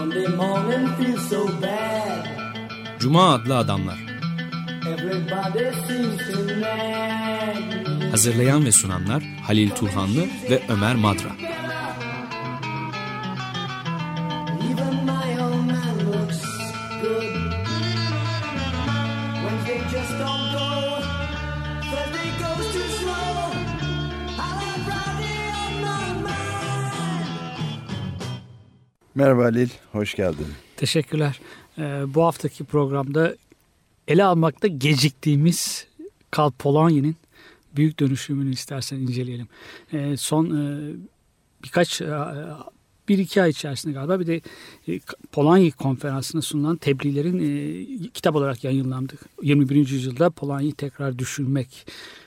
Cuma adlı adamlar. Hazırlayan ve sunanlar Halil Turhanlı ve Ömer Madra. Merhaba Halil, hoş geldin. Teşekkürler. Bu haftaki programda ele almakta geciktiğimiz Karl Polanyi'nin büyük dönüşümünü istersen inceleyelim. Son bir iki ay içerisinde galiba bir de Polanyi konferansına sunulan tebliğlerin kitap olarak yayınlandı. 21. yüzyılda Polanyi'yi tekrar düşünmek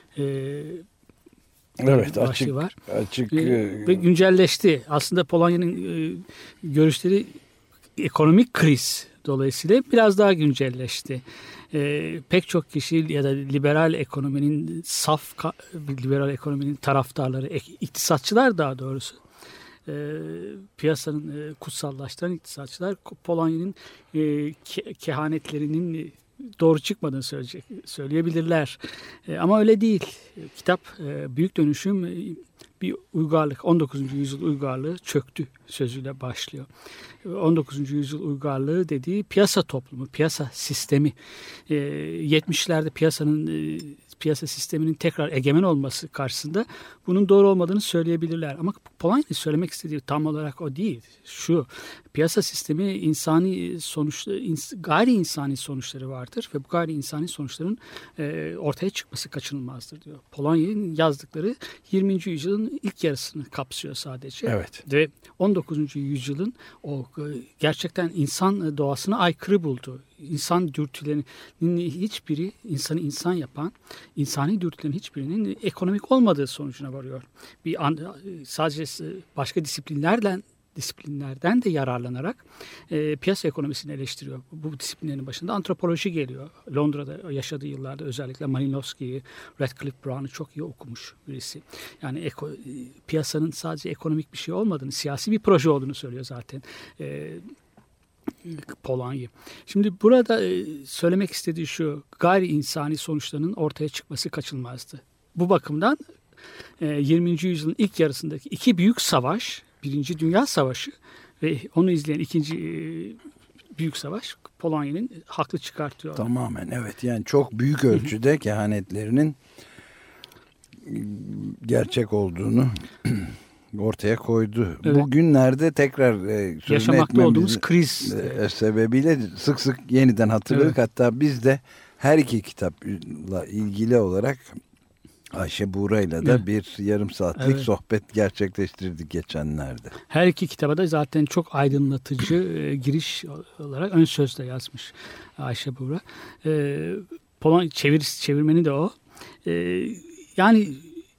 evet, açık ve güncelleşti. Aslında Polonya'nın görüşleri ekonomik kriz dolayısıyla biraz daha güncelleşti. Pek çok kişi ya da liberal ekonominin liberal ekonominin taraftarları, iktisatçılar daha doğrusu, piyasanın kutsallaştıran iktisatçılar Polonya'nın kehanetlerinin doğru çıkmadığını söyleyebilirler. Ama öyle değil. Kitap Büyük Dönüşüm bir uygarlık, 19. yüzyıl uygarlığı çöktü sözüyle başlıyor. 19. yüzyıl uygarlığı dediği piyasa toplumu, piyasa sistemi. 70'lerde piyasa sisteminin tekrar egemen olması karşısında bunun doğru olmadığını söyleyebilirler. Ama Polonya'nın söylemek istediği tam olarak o değil. Şu, piyasa sistemi gayri insani sonuçları vardır ve bu gayri insani sonuçların ortaya çıkması kaçınılmazdır diyor. Polonya'nın yazdıkları 20. yüzyılın ilk yarısını kapsıyor sadece. Evet. Ve 19. yüzyılın o gerçekten insan doğasına aykırı bulduğu, insan dürtülerinin hiçbiri, insanı insan yapan, insani dürtülerin hiçbirinin ekonomik olmadığı sonucuna varıyor. Sadece başka disiplinlerden de yararlanarak piyasa ekonomisini eleştiriyor. Bu disiplinlerin başında antropoloji geliyor. Londra'da yaşadığı yıllarda özellikle Malinowski'yi, Radcliffe Brown'u çok iyi okumuş birisi. Yani piyasanın sadece ekonomik bir şey olmadığını, siyasi bir proje olduğunu söylüyor zaten Polanyi. Şimdi burada söylemek istediği şu, gayri insani sonuçlarının ortaya çıkması kaçınılmazdı. Bu bakımdan 20. yüzyılın ilk yarısındaki iki büyük savaş, Birinci Dünya Savaşı ve onu izleyen ikinci büyük savaş Polonya'nın haklı çıkartıyor. Tamamen evet, yani çok büyük ölçüde kehanetlerinin gerçek olduğunu ortaya koydu. Evet. Bugünlerde tekrar yaşamakta olduğumuz kriz sebebiyle sık sık yeniden hatırladık. Evet. Hatta biz de her iki kitapla ilgili olarak Ayşe Buğra'yla da bir yarım saatlik sohbet gerçekleştirdik geçenlerde. Her iki kitaba da zaten çok aydınlatıcı giriş olarak ön sözle yazmış Ayşe Buğra. Çevirmeni de o. Yani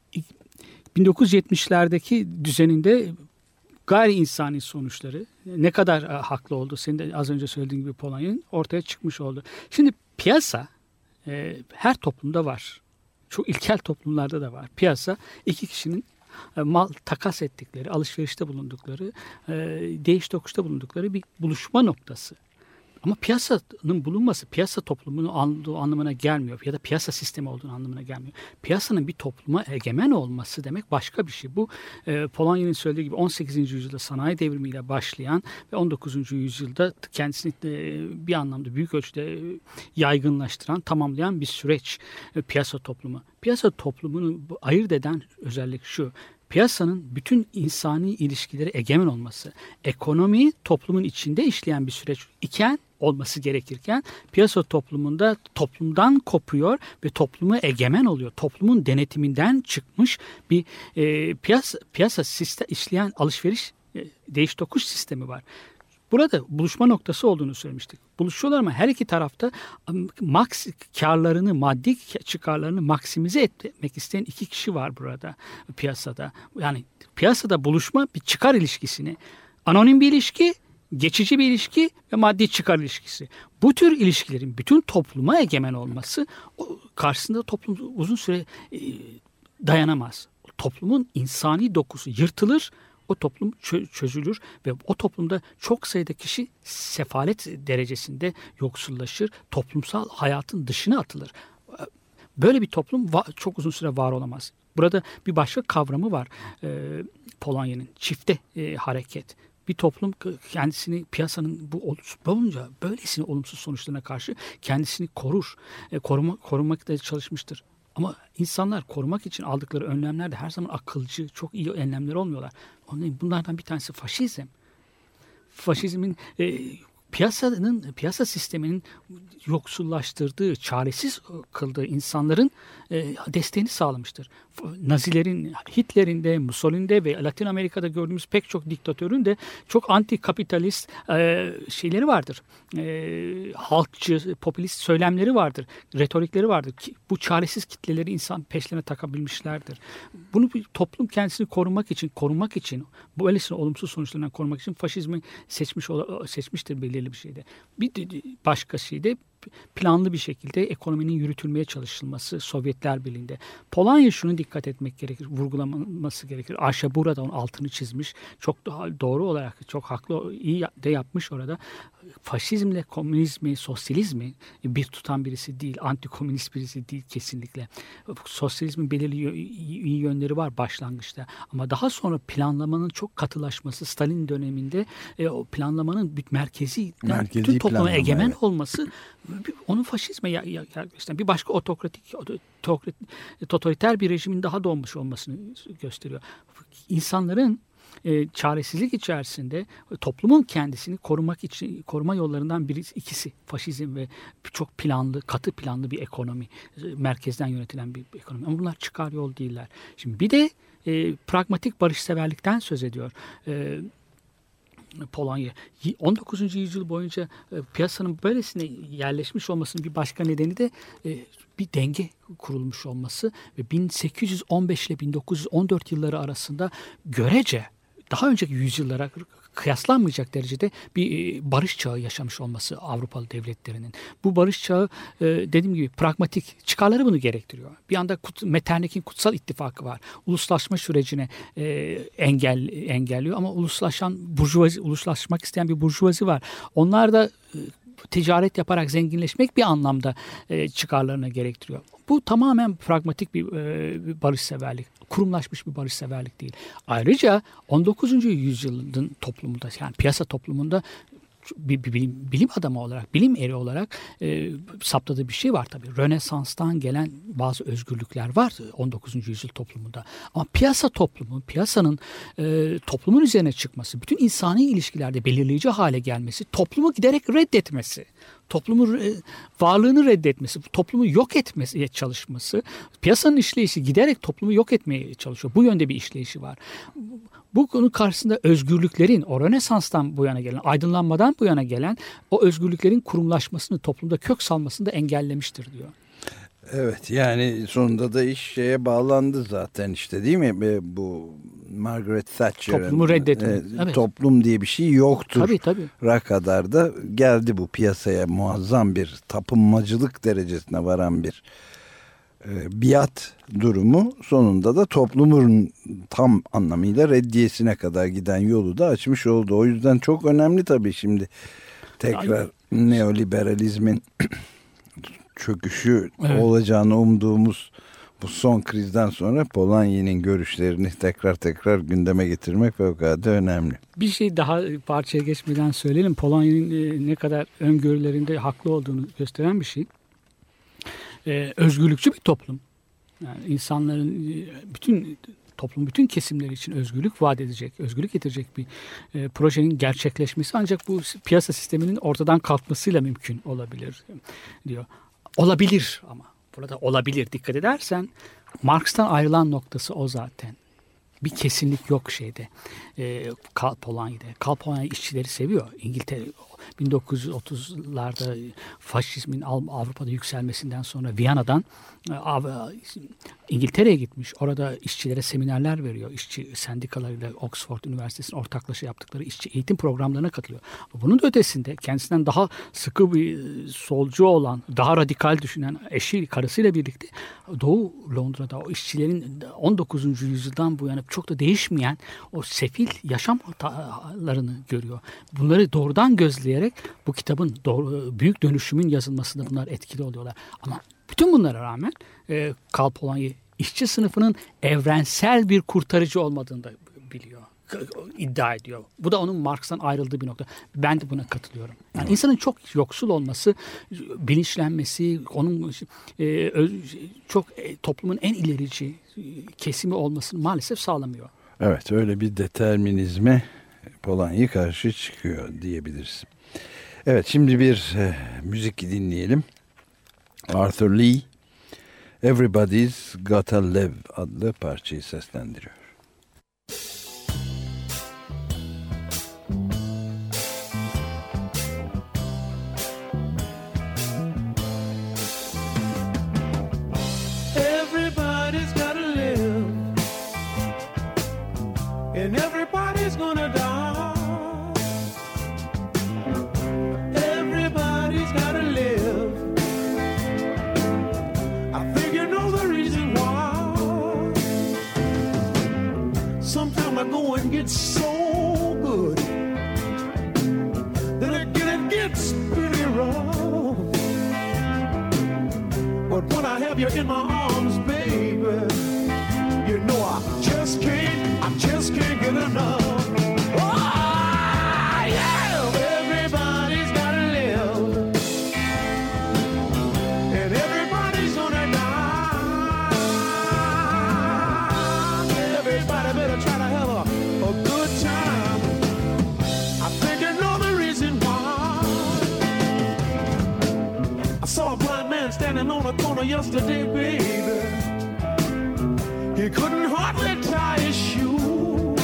1970'lerdeki düzeninde gayri insani sonuçları ne kadar haklı oldu, senin de az önce söylediğin gibi Polonya'nın ortaya çıkmış oldu. Şimdi piyasa her toplumda var. Çok ilkel toplumlarda da var. Piyasa iki kişinin mal takas ettikleri, alışverişte bulundukları, değiş tokuşta bulundukları bir buluşma noktası. Ama piyasanın bulunması piyasa toplumunun olduğu anlamına gelmiyor ya da piyasa sistemi olduğu anlamına gelmiyor. Piyasanın bir topluma egemen olması demek başka bir şey. Bu Polonya'nın söylediği gibi 18. yüzyılda sanayi devrimiyle başlayan ve 19. yüzyılda kendisini bir anlamda büyük ölçüde yaygınlaştıran, tamamlayan bir süreç piyasa toplumu. Piyasa toplumunu ayırt eden özellik şu: piyasanın bütün insani ilişkileri egemen olması, ekonomi toplumun içinde işleyen bir süreç iken, olması gerekirken piyasa toplumunda toplumdan kopuyor ve topluma egemen oluyor. Toplumun denetiminden çıkmış bir piyasa sistem işleyen alışveriş değiş tokuş sistemi var. Burada buluşma noktası olduğunu söylemiştik. Buluşuyorlar ama her iki tarafta karlarını, maddi çıkarlarını maksimize etmek isteyen iki kişi var burada piyasada. Yani piyasada buluşma bir çıkar ilişkisini, anonim bir ilişki, geçici bir ilişki ve maddi çıkar ilişkisi. Bu tür ilişkilerin bütün topluma egemen olması karşısında toplum uzun süre dayanamaz. Toplumun insani dokusu yırtılır. o toplum çözülür ve o toplumda çok sayıda kişi sefalet derecesinde yoksullaşır, toplumsal hayatın dışına atılır. Böyle bir toplum çok uzun süre var olamaz. Burada bir başka kavramı var Polanyi'nin, çifte hareket. Bir toplum kendisini piyasanın böylesine olumsuz sonuçlarına karşı kendisini korur, korumak da çalışmıştır. Ama insanlar korumak için aldıkları önlemler de her zaman akılcı, çok iyi önlemler olmuyorlar. Bunlardan bir tanesi faşizm. Faşizmin piyasa sisteminin yoksullaştırdığı, çaresiz kıldığı insanların desteğini sağlamıştır. Nazilerin, Hitler'in de, Mussolini'de ve Latin Amerika'da gördüğümüz pek çok diktatörün de çok anti-kapitalist şeyleri vardır. Halkçı, popülist söylemleri vardır, retorikleri vardır. Bu çaresiz kitleleri insan peşlerine takabilmişlerdir. Bunu bir toplum kendisini korumak için, böylesine olumsuz sonuçlarından korumak için faşizmi seçmiştir belirli bir şeyde. Bir başka şey de planlı bir şekilde ekonominin yürütülmeye çalışılması Sovyetler Birliği'nde. Polonya şunu dikkat etmek gerekir, vurgulanması gerekir. Ayşe burada onun altını çizmiş. Çok doğru olarak, çok haklı, iyi de yapmış orada. Faşizmle komünizmi, sosyalizmi bir tutan birisi değil, antikomünist birisi değil kesinlikle. Sosyalizmin belirli iyi yönleri var başlangıçta. Ama daha sonra planlamanın çok katılaşması, Stalin döneminde o planlamanın merkezi bütün topluma egemen olması onun faşizme yaklaşan bir başka totaliter bir rejimin daha doğmuş olmasını gösteriyor. İnsanların çaresizlik içerisinde toplumun kendisini koruma yollarından ikisi faşizm ve çok planlı, katı planlı bir ekonomi, merkezden yönetilen bir ekonomi. Ama bunlar çıkar yol değiller. Şimdi bir de pragmatik barışseverlikten söz ediyor Polonya. 19. yüzyıl boyunca piyasanın böylesine yerleşmiş olmasının bir başka nedeni de bir denge kurulmuş olması ve 1815 ile 1914 yılları arasında görece daha önceki yüzyıllara kıyaslanmayacak derecede bir barış çağı yaşamış olması Avrupalı devletlerinin. Bu barış çağı dediğim gibi pragmatik, çıkarları bunu gerektiriyor. Bir anda Metternich'in Kutsal İttifakı var. Uluslaşma sürecine engelliyor ama uluslaşmak isteyen bir burjuvazi var. Onlar da ticaret yaparak zenginleşmek bir anlamda çıkarlarına gerektiriyor. Bu tamamen pragmatik bir barışseverlik, kurumlaşmış bir barışseverlik değil. Ayrıca 19. yüzyılın toplumunda, yani piyasa toplumunda bir bilim adamı olarak, bilim eri olarak saptadığı bir şey var tabii. Rönesans'tan gelen bazı özgürlükler var 19. yüzyıl toplumunda. Ama piyasanın toplumun üzerine çıkması, bütün insani ilişkilerde belirleyici hale gelmesi, toplumu giderek reddetmesi, toplumun varlığını reddetmesi, toplumu yok etmeye çalışması, piyasanın işleyişi giderek toplumu yok etmeye çalışıyor. Bu yönde bir işleyişi var. Bu konu karşısında özgürlüklerin, o Rönesans'tan bu yana gelen, aydınlanmadan bu yana gelen o özgürlüklerin kurumlaşmasını, toplumda kök salmasını da engellemiştir diyor. Evet, yani sonunda da iş şeye bağlandı zaten işte, değil mi? Bu Margaret Thatcher'ın toplumu reddetmek. Evet. Toplum diye bir şey yoktur. Tabii. Kadar da geldi bu piyasaya, muazzam bir tapınmacılık derecesine varan bir biat durumu, sonunda da toplumun tam anlamıyla reddiyesine kadar giden yolu da açmış oldu. O yüzden çok önemli tabii şimdi tekrar neoliberalizmin çöküşü olacağını umduğumuz bu son krizden sonra Polanyi'nin görüşlerini tekrar gündeme getirmek fevkalade önemli. Bir şey daha parçaya geçmeden söyleyelim. Polanyi'nin ne kadar öngörülerinde haklı olduğunu gösteren bir şey. Özgürlükçü bir toplum. Yani insanların bütün kesimleri için özgürlük vaat edecek, özgürlük getirecek bir projenin gerçekleşmesi ancak bu piyasa sisteminin ortadan kalkmasıyla mümkün olabilir diyor. Olabilir ama burada olabilir, dikkat edersen Marx'tan ayrılan noktası o zaten. Bir kesinlik yok şeyde. Polonya'da. Polonya işçileri seviyor. İngiltere 1930'larda faşizmin Avrupa'da yükselmesinden sonra Viyana'dan İngiltere'ye gitmiş. Orada işçilere seminerler veriyor. İşçi sendikalarıyla Oxford Üniversitesi'nin ortaklaşa yaptıkları işçi eğitim programlarına katılıyor. Bunun da ötesinde kendisinden daha sıkı bir solcu olan, daha radikal düşünen eşi, karısıyla birlikte Doğu Londra'da o işçilerin 19. yüzyıldan bu yana çok da değişmeyen o sefil yaşamlarını görüyor. Bunları doğrudan gözleyerek bu kitabın büyük dönüşümün yazılmasında bunlar etkili oluyorlar. Ama bütün bunlara rağmen Karl Polanyi işçi sınıfının evrensel bir kurtarıcı olmadığını da biliyor, iddia ediyor. Bu da onun Marx'tan ayrıldığı bir nokta. Ben de buna katılıyorum. Yani insanın çok yoksul olması, bilinçlenmesi, onun çok toplumun en ilerici kesimi olmasını maalesef sağlamıyor. Evet, öyle bir determinizme Polanyi karşı çıkıyor diyebiliriz. Evet, şimdi bir müzik dinleyelim. Arthur Lee, Everybody's Gotta Live adlı parçayı seslendiriyor. Everybody's gotta live, and everybody's gonna die. Everybody's gotta live. I think you know the reason why. Sometimes I go and get so good that it gets pretty rough. But when I have you in my arms, baby, you know I just can't get enough. Oh, yeah! Everybody's gotta live, and everybody's gonna die. Everybody better try to have a good time. I think you know the reason why. I saw a blind man standing on a corner yesterday, baby. He couldn't hardly tie his shoes.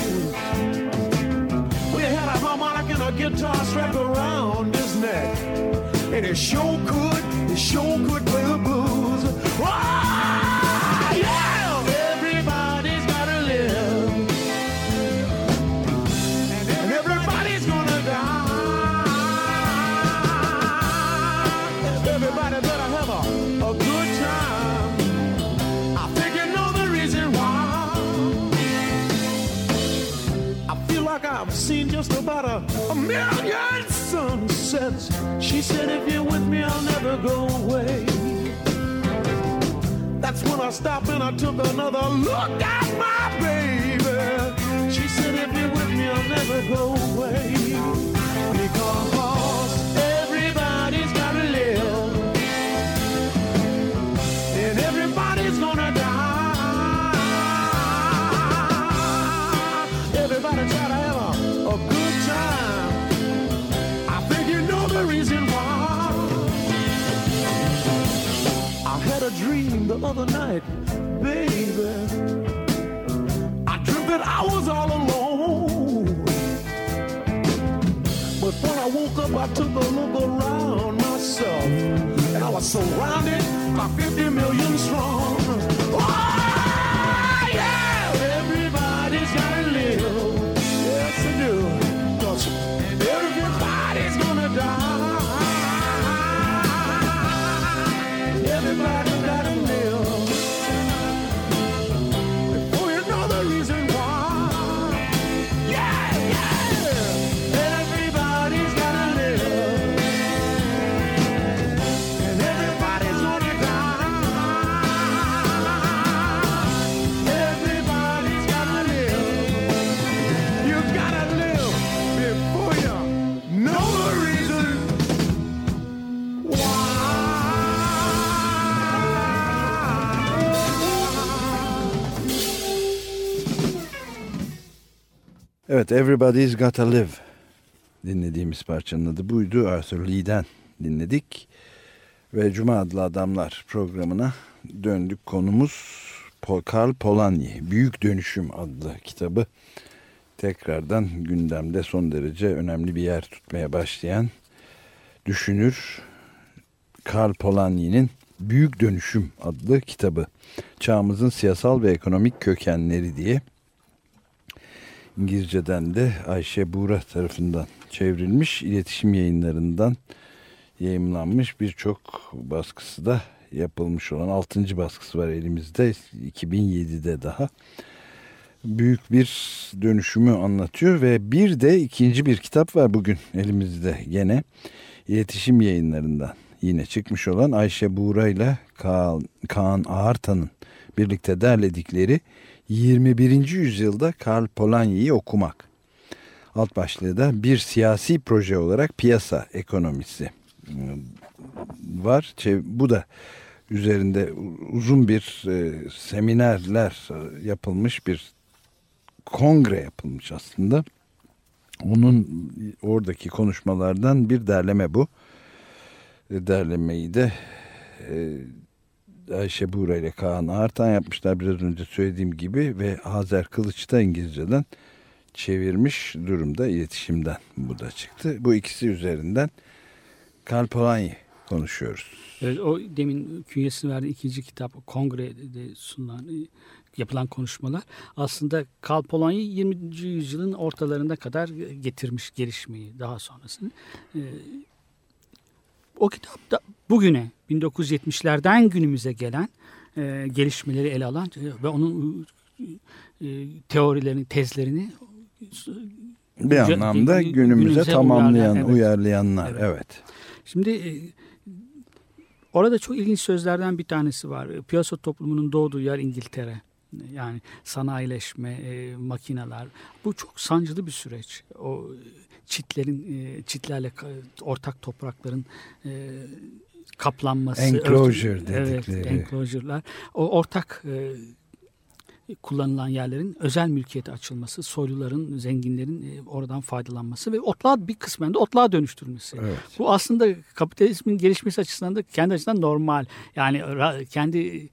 We had a harmonica and a guitar strapped around his neck, and he sure could play the blues. Oh, yeah! Everybody's gotta live, and everybody's gonna die. Everybody better have a good time. I think you know the reason why. I feel like I've seen just about a million sunsets. She said, if you're with me, I'll never go away. That's when I stopped and I took another look at my baby. She said, if you're with me, I'll never go away. Because everybody's gotta live, and everybody's gonna die. Everybody try to have a good time. I think you know the reason why. I had a dream the other night, baby. I dreamt that I was all alone. But when I woke up, I took a look around myself, and I was surrounded by 50 million strong. Oh, yeah! Everybody's gotta live. Yes, they do. 'Cause everybody's gonna die. Everybody's gotta live. Before you know the reason why. Yeah, yeah! Everybody's gotta live, and everybody's gonna die. Everybody's gotta live. You gotta live before you know the reason why. Evet, Everybody's Gotta Live dinlediğimiz parçanın adı buydu. Arthur Lee'den dinledik. Ve Cuma Adlı Adamlar programına döndük. Konumuz Karl Polanyi, Büyük Dönüşüm adlı kitabı. Tekrardan gündemde son derece önemli bir yer tutmaya başlayan düşünür Karl Polanyi'nin Büyük Dönüşüm adlı kitabı. Çağımızın siyasal ve ekonomik kökenleri diye. İngilizceden de Ayşe Buğra tarafından çevrilmiş, iletişim yayınlarından yayımlanmış, birçok baskısı da yapılmış olan 6. baskısı var elimizde, 2007'de daha. Büyük bir dönüşümü anlatıyor ve bir de ikinci bir kitap var bugün elimizde, gene iletişim yayınlarından yine çıkmış olan Ayşe Buğra ile Kaan Ağartan'ın birlikte derledikleri 21. yüzyılda Karl Polanyi'yi okumak. Alt başlığı da bir siyasi proje olarak piyasa ekonomisi var. Bu da üzerinde uzun bir seminerler yapılmış, bir kongre yapılmış aslında. Onun oradaki konuşmalardan bir derleme bu. Derlemeyi de Ayşe Buğra ile Kaan Ağartan yapmışlar, biraz önce söylediğim gibi, ve Hazer Kılıç da İngilizceden çevirmiş durumda, iletişimden bu da çıktı. Bu ikisi üzerinden Karl Polanyi konuşuyoruz. Evet, o demin künyesini verdiği ikinci kitap, kongrede sunulan, yapılan konuşmalar aslında Karl Polanyi 20. yüzyılın ortalarına kadar getirmiş gelişmeyi, daha sonrasını. O kitapta bugüne 1970'lerden günümüze gelen gelişmeleri ele alan ve onun teorilerini, tezlerini bir anlamda günümüze tamamlayan, uyarlayanlar. Evet. Şimdi orada çok ilginç sözlerden bir tanesi var. Piyasa toplumunun doğduğu yer İngiltere. Yani sanayileşme, makineler. Bu çok sancılı bir süreç. O çitlerle ortak toprakların kaplanması. Enclosure dedikleri. Evet, enclosure'lar. O ortak kullanılan yerlerin özel mülkiyete açılması, soyluların, zenginlerin oradan faydalanması ve otluğa, bir kısmen de otluğa dönüştürülmesi. Evet. Bu aslında kapitalizmin gelişmesi açısından da kendi açısından normal. Yani kendi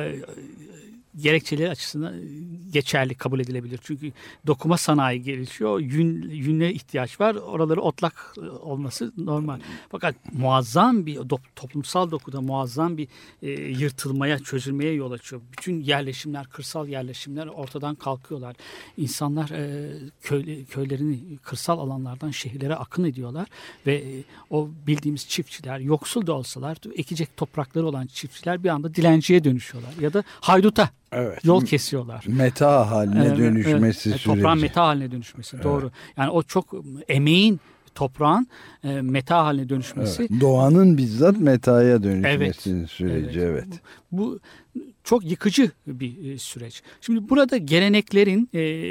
gerekçeleri açısından geçerli, kabul edilebilir. Çünkü dokuma sanayi gelişiyor, yüne ihtiyaç var. Oraları otlak olması normal. Fakat muazzam bir toplumsal dokuda muazzam bir yırtılmaya, çözülmeye yol açıyor. Bütün yerleşimler, kırsal yerleşimler ortadan kalkıyorlar. İnsanlar köylerini kırsal alanlardan şehirlere akın ediyorlar ve o bildiğimiz çiftçiler, yoksul da olsalar, ekecek toprakları olan çiftçiler bir anda dilenciye dönüşüyorlar ya da hayduta. Evet. Yol kesiyorlar. Meta haline dönüşmesi süreci. Toprağın meta haline dönüşmesi. Evet. Doğru. Yani o çok emeğin, toprağın meta haline dönüşmesi. Evet. Doğanın bizzat metaya dönüşmesinin süreci. Evet. Bu çok yıkıcı bir süreç. Şimdi burada geleneklerin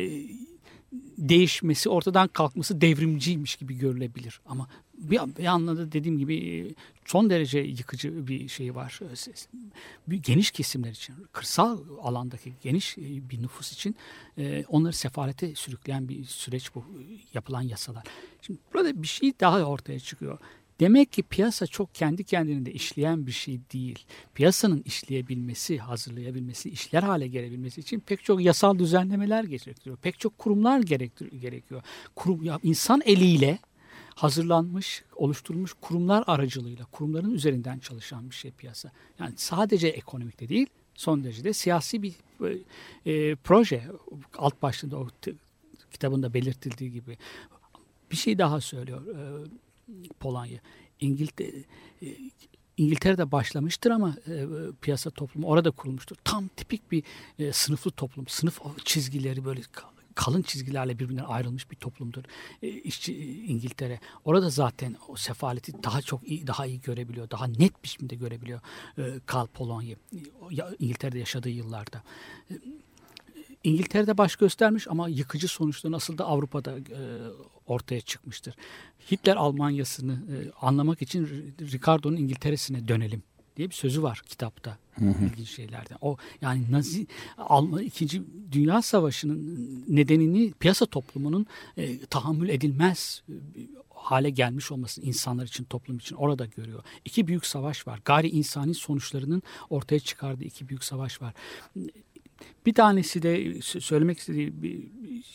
değişmesi, ortadan kalkması devrimciymiş gibi görülebilir. Ama bir anlamda dediğim gibi son derece yıkıcı bir şey var. Geniş kesimler için, kırsal alandaki geniş bir nüfus için onları sefalete sürükleyen bir süreç bu, yapılan yasalar. Şimdi burada bir şey daha ortaya çıkıyor. Demek ki piyasa çok kendi kendine de işleyen bir şey değil. Piyasanın işleyebilmesi, hazırlayabilmesi, işler hale gelebilmesi için pek çok yasal düzenlemeler gerektiriyor. Pek çok kurumlar gerekiyor. İnsan eliyle hazırlanmış, oluşturulmuş kurumlar aracılığıyla, kurumların üzerinden çalışan bir şey piyasa. Yani sadece ekonomikte değil, son derecede siyasi bir proje. Alt başlığında o kitabında belirtildiği gibi. Bir şey daha söylüyor Polanyi. İngiltere'de başlamıştır ama piyasa toplumu orada kurulmuştur. Tam tipik bir sınıflı toplum. Sınıf çizgileri böyle kalın çizgilerle birbirinden ayrılmış bir toplumdur İngiltere. Orada zaten o sefaleti daha iyi görebiliyor. Daha net bir şekilde görebiliyor Karl Polanyi. İngiltere'de yaşadığı yıllarda. İngiltere'de baş göstermiş ama yıkıcı sonuçları nasıl da Avrupa'da ortaya çıkmıştır. Hitler Almanyası'nı anlamak için Ricardo'nun İngiltere'sine dönelim diye bir sözü var kitapta. İlginç şeylerden. O yani İkinci Dünya Savaşı'nın nedenini piyasa toplumunun tahammül edilmez hale gelmiş olmasını insanlar için, toplum için orada görüyor. İki büyük savaş var. Gayri insani sonuçlarının ortaya çıkardığı iki büyük savaş var. Bir tanesi de söylemek istediği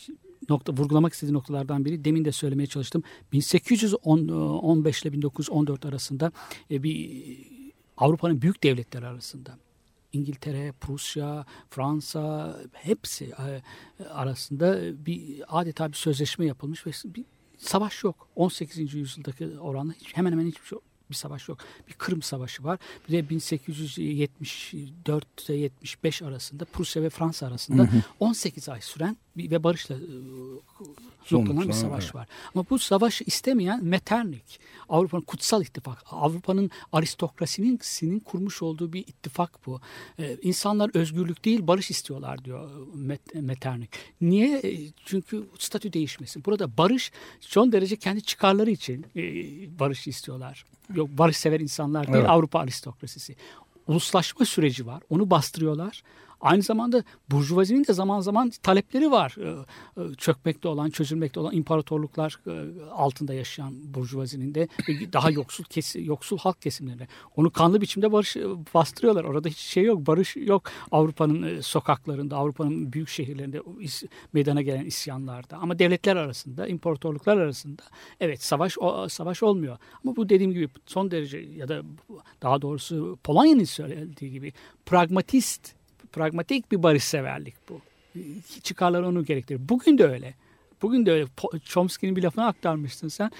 vurgulamak istediği noktalardan biri, demin de söylemeye çalıştım. 1815 ile 1914 arasında bir Avrupa'nın büyük devletleri arasında, İngiltere, Prusya, Fransa hepsi arasında adeta bir sözleşme yapılmış ve bir savaş yok. 18. yüzyıldaki oranla hemen hemen hiçbir şey yok. Bir savaş yok. Bir Kırım Savaşı var. Bir de 1874 ile 75 arasında Prusya ve Fransa arasında 18 ay süren ve barışla sonuçlanan bir savaş var. Ama bu savaşı istemeyen Metternich, Avrupa'nın kutsal ittifak, Avrupa'nın aristokrasinin kurmuş olduğu bir ittifak bu. İnsanlar özgürlük değil barış istiyorlar diyor Metternich. Niye? Çünkü statü değişmesin. Burada barış son derece kendi çıkarları için barış istiyorlar. Yok, barışsever insanlar değil, evet. Avrupa aristokrasisi. Uluslaşma süreci var. Onu bastırıyorlar. Aynı zamanda burjuvazinin de zaman zaman talepleri var. Çökmekte olan, çözülmekte olan imparatorluklar altında yaşayan burjuvazinin de daha yoksul halk kesimlerine. Onu kanlı biçimde bastırıyorlar. Orada hiç şey yok, barış yok. Avrupa'nın sokaklarında, Avrupa'nın büyük şehirlerinde meydana gelen isyanlarda. Ama devletler arasında, imparatorluklar arasında evet savaş olmuyor. Ama bu dediğim gibi son derece, ya da daha doğrusu Polonya'nın söylediği gibi pragmatik bir barışseverlik bu. Çıkarlar onu gerektirir. Bugün de öyle. Chomsky'nin bir lafını aktarmıştın sen.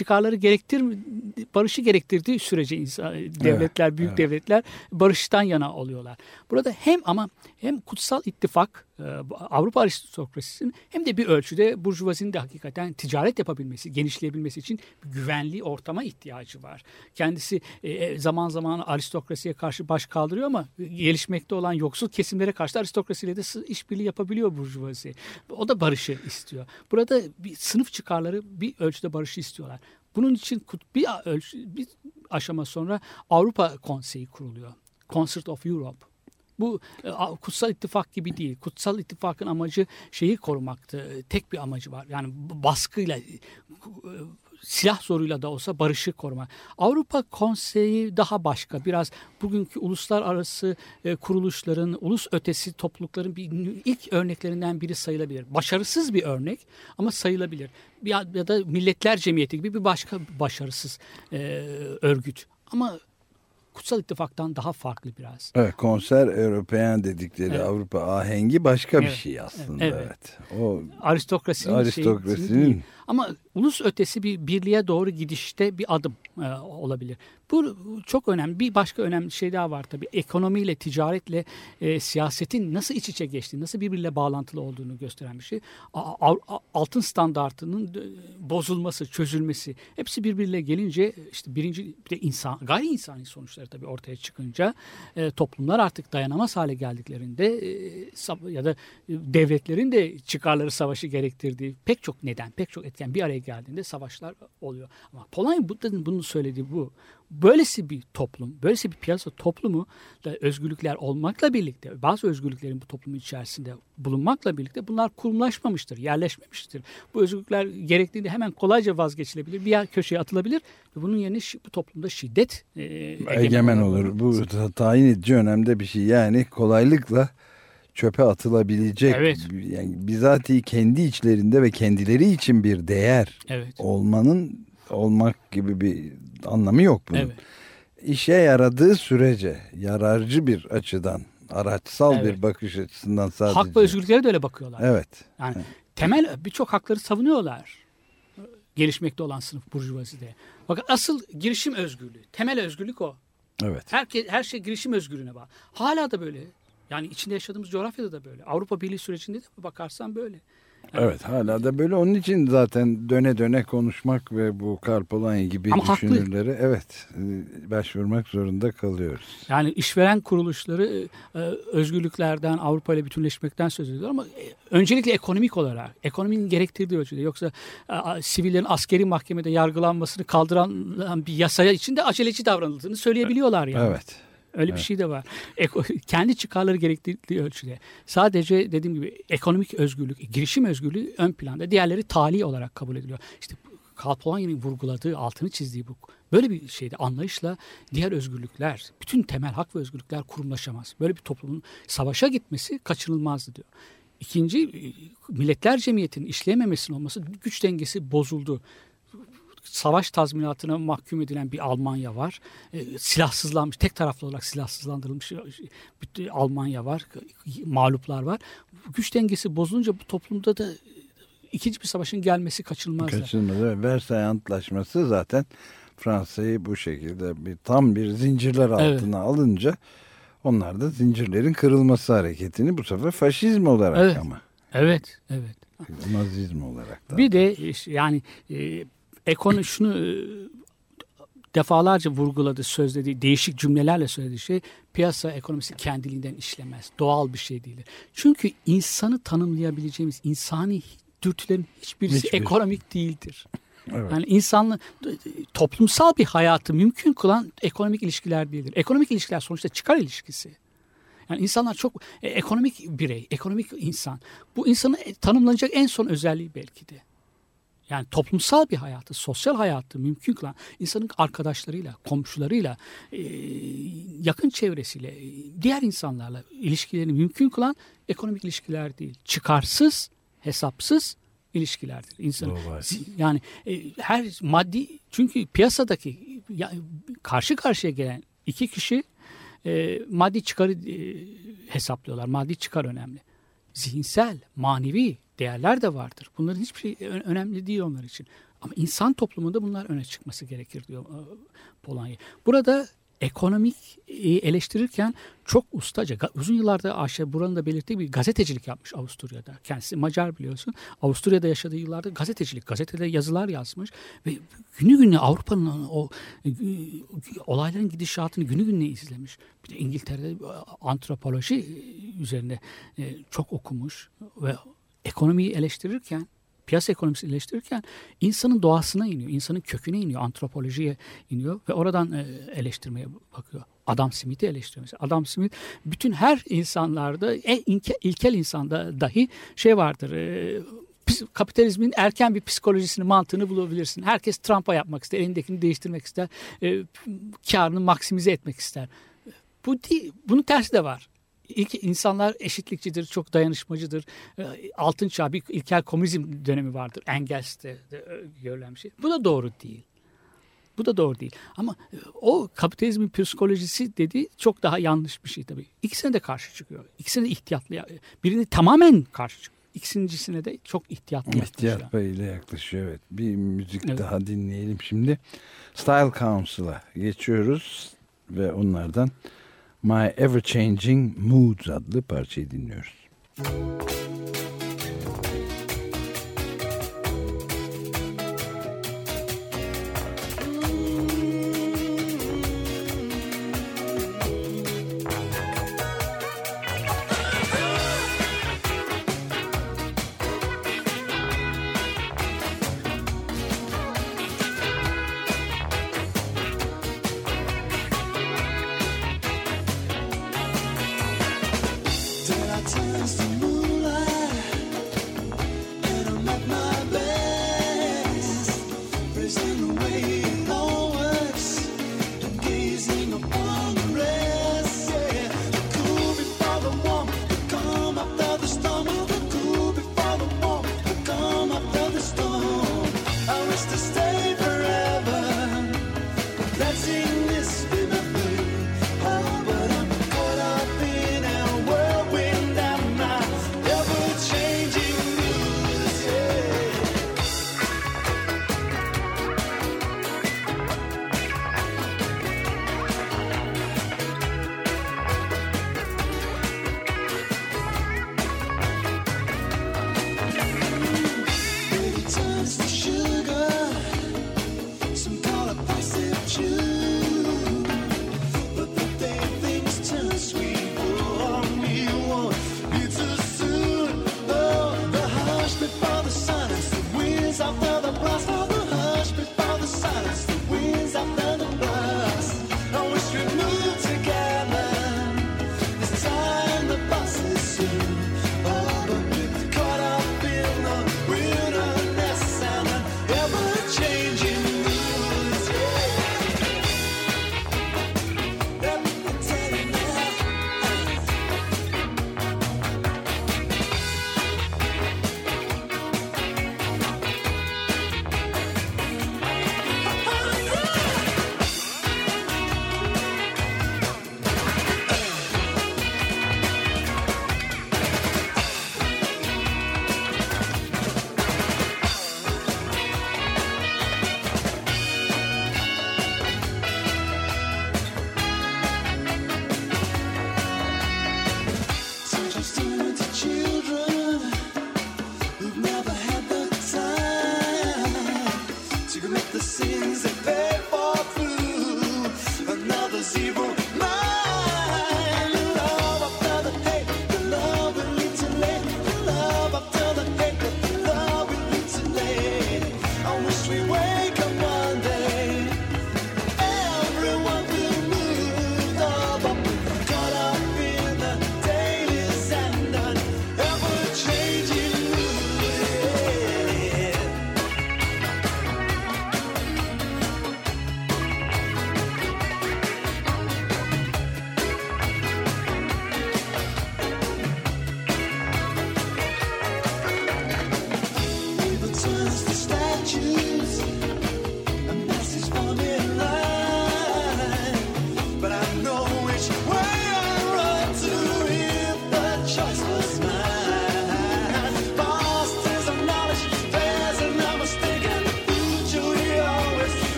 Barışı gerektirdiği sürece devletler, büyük devletler barıştan yana oluyorlar. Burada hem kutsal ittifak, Avrupa aristokrasisinin, hem de bir ölçüde burjuvazinin de hakikaten ticaret yapabilmesi, genişleyebilmesi için bir güvenli ortama ihtiyacı var. Kendisi zaman zaman aristokrasiye karşı baş kaldırıyor ama gelişmekte olan yoksul kesimlere karşı aristokrasiyle de işbirliği yapabiliyor burjuvazi. O da barışı istiyor. Burada bir sınıf çıkarları bir ölçüde barışı istiyorlar. Bunun için bir aşama sonra Avrupa Konseyi kuruluyor. Concert of Europe. Bu kutsal ittifak gibi değil. Kutsal ittifakın amacı şeyi korumaktı. Tek bir amacı var. Yani baskıyla, silah zoruyla da olsa barışı koruma. Avrupa Konseyi daha başka. Biraz bugünkü uluslararası kuruluşların, ulus ötesi toplulukların ilk örneklerinden biri sayılabilir. Başarısız bir örnek ama sayılabilir. Ya da Milletler Cemiyeti gibi bir başka başarısız örgüt. Ama Kutsal İttifak'tan daha farklı biraz. Evet, konser European dedikleri Avrupa ahengi başka bir şey aslında. Evet. O aristokrasinin ama ulus ötesi bir birliğe doğru gidişte bir adım olabilir. Bu çok önemli. Bir başka önemli şey daha var tabii. Ekonomiyle, ticaretle siyasetin nasıl iç içe geçtiğini, nasıl birbiriyle bağlantılı olduğunu gösteren bir şey. Altın standartının bozulması, çözülmesi, hepsi birbiriyle gelince işte bir de gayri insani sonuçları tabii ortaya çıkınca toplumlar artık dayanamaz hale geldiklerinde ya da devletlerin de çıkarları savaşı gerektirdiği pek çok neden, pek çok etken bir araya geldiğinde savaşlar oluyor. Ama Polonya'nın bunu söylediği bu. Böylesi bir toplum, böylesi bir piyasa toplumu da özgürlükler olmakla birlikte, bazı özgürlüklerin bu toplumun içerisinde bulunmakla birlikte bunlar kurumlaşmamıştır, yerleşmemiştir. Bu özgürlükler gerektiğinde hemen kolayca vazgeçilebilir, bir yer köşeye atılabilir ve bunun yerine bu toplumda şiddet egemen olur. Bu tayin edici önemde bir şey. Yani kolaylıkla çöpe atılabilecek, yani bizatihi kendi içlerinde ve kendileri için bir değer olmak gibi bir anlamı yok bunun. Evet. İşe yaradığı sürece, yararcı bir açıdan, araçsal bir bakış açısından sadece. Hak ve özgürlüklere de öyle bakıyorlar. Evet. Yani temel birçok hakları savunuyorlar. Gelişmekte olan sınıf burjuvazide. Fakat asıl girişim özgürlüğü, temel özgürlük o. Evet. Her şey girişim özgürlüğüne bağlı. Hala da böyle. Yani içinde yaşadığımız coğrafyada da böyle. Avrupa Birliği sürecinde de bakarsan böyle. Yani, evet, hala da böyle. Onun için zaten döne döne konuşmak ve bu Karl Polanyi gibi düşünürlere başvurmak zorunda kalıyoruz. Yani işveren kuruluşları özgürlüklerden, Avrupa ile bütünleşmekten söz ediyorlar ama öncelikle ekonomik olarak, ekonominin gerektirdiği ölçüde, yoksa sivillerin askeri mahkemede yargılanmasını kaldıran bir yasaya içinde aceleci davranıldığını söyleyebiliyorlar yani. Evet. Öyle bir şey de var. Kendi çıkarları gerektirdiği ölçüde. Sadece dediğim gibi ekonomik özgürlük, girişim özgürlüğü ön planda. Diğerleri tali olarak kabul ediliyor. İşte Karl Polanyi'nin vurguladığı, altını çizdiği bu böyle bir şeyde anlayışla diğer özgürlükler, bütün temel hak ve özgürlükler kurumlaşamaz. Böyle bir toplumun savaşa gitmesi kaçınılmazdı diyor. İkinci, Milletler Cemiyeti'nin işleyememesinin olması, güç dengesi bozuldu. Savaş tazminatına mahkum edilen bir Almanya var. Silahsızlanmış, tek taraflı olarak silahsızlandırılmış bir Almanya var. Mağluplar var. Güç dengesi bozulunca bu toplumda da ikinci bir savaşın gelmesi kaçınılmazdı. Kaçınılmazdı. Versay Antlaşması zaten Fransa'yı bu şekilde tam bir zincirler altına alınca onlar da zincirlerin kırılması hareketini bu sefer faşizm olarak ama. Evet. Nazizm olarak da. Bir de yani şunu defalarca vurguladı, sözlediği, değişik cümlelerle söylediği şey, piyasa ekonomisi kendiliğinden işlemez. Doğal bir şey değildir. Çünkü insanı tanımlayabileceğimiz insani dürtülerin hiçbirisi ekonomik değildir. Evet. Yani insanla toplumsal bir hayatı mümkün kılan ekonomik ilişkiler değildir. Ekonomik ilişkiler sonuçta çıkar ilişkisi. Yani insanlar çok ekonomik birey, ekonomik insan. Bu insanın tanımlanacak en son özelliği belki de. Yani toplumsal bir hayatı, sosyal hayatı mümkün kılan, insanın arkadaşlarıyla, komşularıyla, yakın çevresiyle, diğer insanlarla ilişkilerini mümkün kılan ekonomik ilişkiler değil. Çıkarsız, hesapsız ilişkilerdir. Yani her maddi, çünkü piyasadaki karşı karşıya gelen iki kişi maddi çıkarı hesaplıyorlar. Maddi çıkar önemli. Zihinsel, manevi değerler de vardır. Bunların hiçbir şey önemli değil onlar için. Ama insan toplumunda bunlar öne çıkması gerekir diyor Polanyi. Burada ekonomik eleştirirken çok ustaca, uzun yıllarda Ayşe Buran'ın da belirttiği bir gazetecilik yapmış Avusturya'da. Kendisi Macar biliyorsun. Avusturya'da yaşadığı yıllarda gazetecilik, gazetede yazılar yazmış ve günü gününe Avrupa'nın o olayların gidişatını günü gününe izlemiş. Bir de İngiltere'de antropoloji üzerine çok okumuş ve ekonomiyi eleştirirken, piyasa ekonomisi eleştirirken insanın doğasına iniyor, insanın köküne iniyor, antropolojiye iniyor ve oradan eleştirmeye bakıyor. Adam Smith'i eleştiriyor mesela. Adam Smith bütün her insanlarda, ilkel insanda dahi şey vardır. Kapitalizmin erken bir psikolojisini, mantığını bulabilirsin. Herkes Trump'a yapmak ister, elindekini değiştirmek ister, karını maksimize etmek ister. Bu değil, bunun tersi de var. İlk insanlar eşitlikçidir, çok dayanışmacıdır. Altın çağ, bir ilkel komünizm dönemi vardır. Engels'te görülen bir şey. Bu da doğru değil. Bu da doğru değil. Ama o kapitalizmin psikolojisi dediği çok daha yanlış bir şey tabii. İkisine de karşı çıkıyor. İkisine de ihtiyatlı. Birini tamamen karşı çıkıyor. İkincisine de çok ihtiyatlı yaklaşıyor. İhtiyat payıyla yaklaşıyor, evet. Bir müzik daha dinleyelim şimdi. Style Council'a geçiyoruz ve onlardan My Ever Changing Moods adlı parçayı dinliyoruz. Turns the moonlight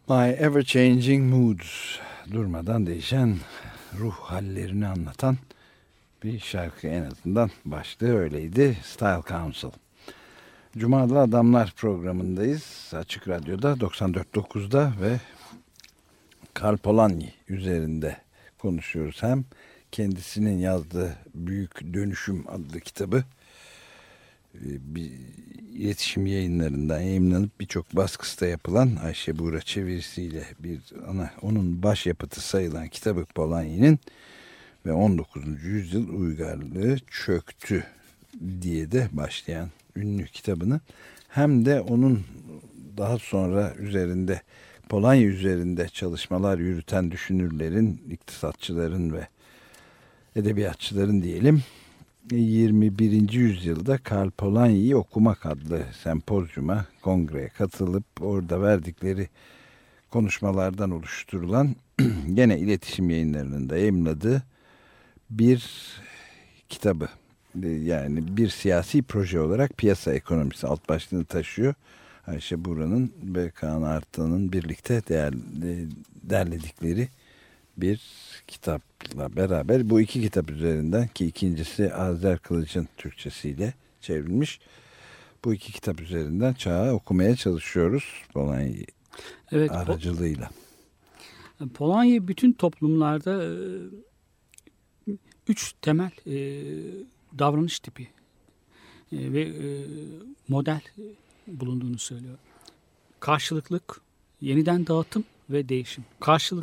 My Ever Changing Moods, durmadan değişen ruh hallerini anlatan bir şarkı, en azından başlığı öyleydi. Style Council. Cuma'da Adamlar programındayız. Açık Radyo'da 94.9'da ve Karl Polanyi üzerinde konuşuyoruz. Hem kendisinin yazdığı Büyük Dönüşüm adlı kitabı bir iletişim yayınlarından yayınlanıp birçok baskısı da yapılan Ayşe Buğra çevirisiyle onun başyapıtı sayılan kitabı Polanyi'nin ve 19. yüzyıl uygarlığı çöktü diye de başlayan ünlü kitabını, hem de onun daha sonra üzerinde, Polanyi üzerinde çalışmalar yürüten düşünürlerin, iktisatçıların ve edebiyatçıların diyelim 21. yüzyılda Karl Polanyi'yi okumak adlı sempozyuma, kongreye katılıp orada verdikleri konuşmalardan oluşturulan gene iletişim yayınlarının da yayımladığı bir kitabı. Yani bir siyasi proje olarak piyasa ekonomisi alt başlığını taşıyor. Ayşe Buğra'nın ve Kaan Artan'ın birlikte derledikleri bir kitapla beraber, bu iki kitap üzerinden, ki ikincisi Azer Kılıç'ın Türkçesiyle çevrilmiş, bu iki kitap üzerinden çağı okumaya çalışıyoruz Polanyi aracılığıyla. Polanyi bütün toplumlarda 3 temel davranış tipi ve model bulunduğunu söylüyor. Karşılıklık, yeniden dağıtım ve değişim. Karşılık